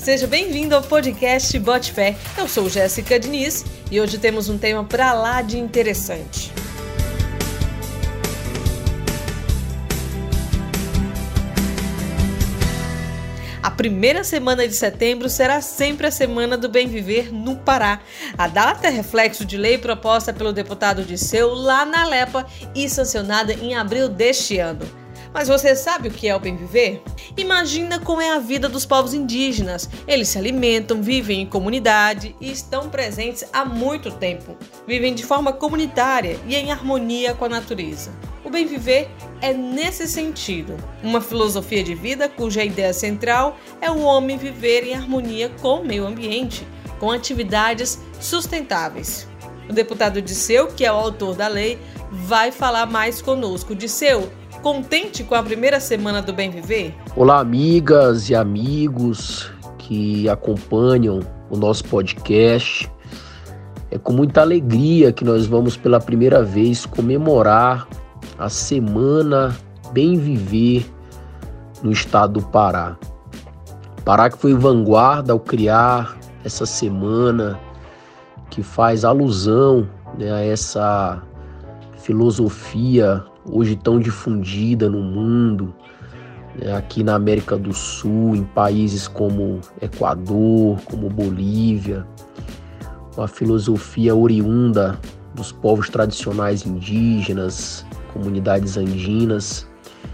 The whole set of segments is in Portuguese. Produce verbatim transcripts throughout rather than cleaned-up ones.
Seja bem-vindo ao podcast Bote Fé. Eu sou Jéssica Diniz e hoje temos um tema pra lá de interessante. A primeira semana de setembro será sempre a Semana do Bem Viver no Pará. A data é reflexo de lei proposta pelo deputado Disseu lá na Alepa e sancionada em abril deste ano. Mas você sabe o que é o bem viver? Imagina como é a vida dos povos indígenas. Eles se alimentam, vivem em comunidade e estão presentes há muito tempo. Vivem de forma comunitária e em harmonia com a natureza. O bem viver é nesse sentido, uma filosofia de vida cuja ideia central é o homem viver em harmonia com o meio ambiente, com atividades sustentáveis. O deputado Disseu, que é o autor da lei, vai falar mais conosco. Disseu, contente com a primeira semana do bem viver? Olá, amigas e amigos que acompanham o nosso podcast. É com muita alegria que nós vamos pela primeira vez comemorar a Semana Bem Viver no estado do Pará. Pará que foi vanguarda ao criar essa semana que faz alusão, né, a essa filosofia hoje tão difundida no mundo, né, aqui na América do Sul, em países como Equador, como Bolívia, uma filosofia oriunda dos povos tradicionais indígenas, comunidades andinas,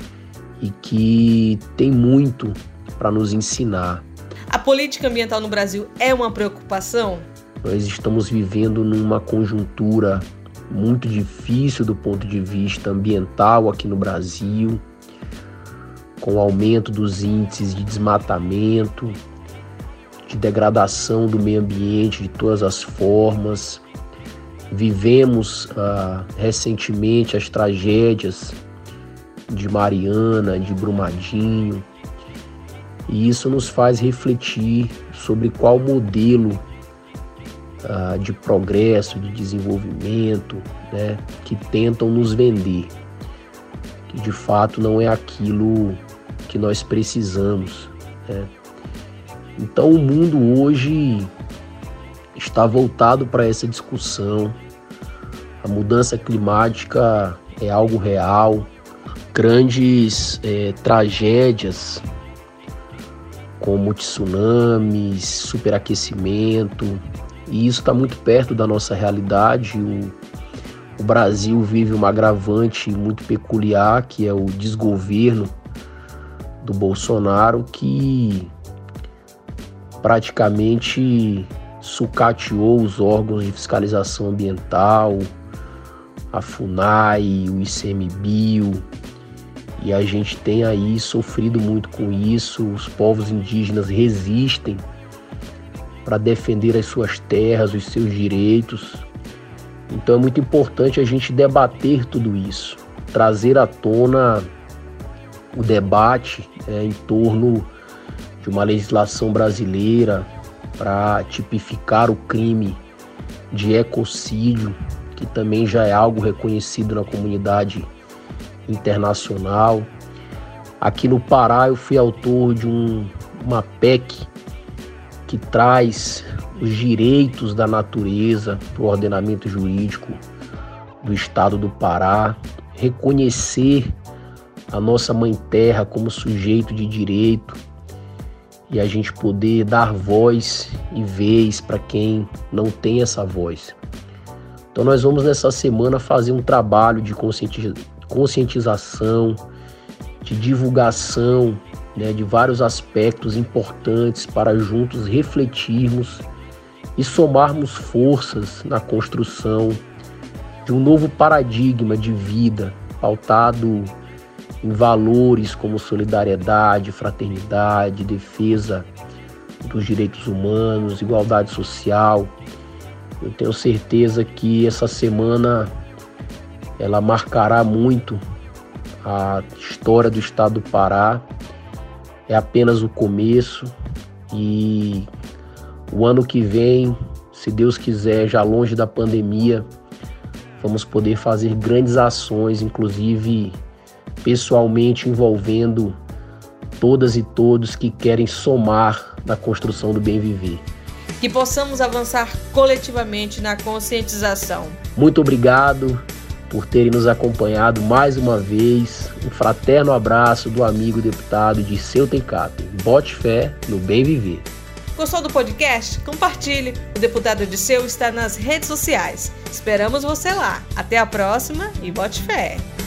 e que tem muito para nos ensinar. A política ambiental no Brasil é uma preocupação? Nós estamos vivendo numa conjuntura muito difícil do ponto de vista ambiental aqui no Brasil, com o aumento dos índices de desmatamento, de degradação do meio ambiente de todas as formas. Vivemos uh, recentemente as tragédias de Mariana, de Brumadinho, e isso nos faz refletir sobre qual modelo uh, de progresso, de desenvolvimento, né, que tentam nos vender, que de fato não é aquilo que nós precisamos, né? Então o mundo hoje está voltado para essa discussão. A mudança climática é algo real. Grandes é, tragédias como tsunamis, superaquecimento, e isso está muito perto da nossa realidade. O, o Brasil vive uma agravante muito peculiar, que é o desgoverno do Bolsonaro, que praticamente sucateou os órgãos de fiscalização ambiental, a FUNAI, o ICMBio, e a gente tem aí sofrido muito com isso. Os povos indígenas resistem para defender as suas terras, os seus direitos. Então é muito importante a gente debater tudo isso, trazer à tona o debate é, em torno de uma legislação brasileira para tipificar o crime de ecocídio, que também já é algo reconhecido na comunidade internacional. Aqui no Pará eu fui autor de um, uma P E C que traz os direitos da natureza para o ordenamento jurídico do estado do Pará, reconhecer a nossa mãe terra como sujeito de direito, e a gente poder dar voz e vez para quem não tem essa voz. Então nós vamos nessa semana fazer um trabalho de conscientização, de divulgação, né, de vários aspectos importantes para juntos refletirmos e somarmos forças na construção de um novo paradigma de vida pautado em valores como solidariedade, fraternidade, defesa dos direitos humanos, igualdade social. Eu tenho certeza que essa semana ela marcará muito a história do estado do Pará. É apenas o começo, e o ano que vem, se Deus quiser, já longe da pandemia, vamos poder fazer grandes ações, inclusive pessoalmente envolvendo todas e todos que querem somar na construção do bem viver. Que possamos avançar coletivamente na conscientização. Muito obrigado por terem nos acompanhado mais uma vez. Um fraterno abraço do amigo deputado Dirceu Tencaten. Bote fé no bem viver. Gostou do podcast? Compartilhe. O deputado Dirceu está nas redes sociais. Esperamos você lá. Até a próxima e bote fé.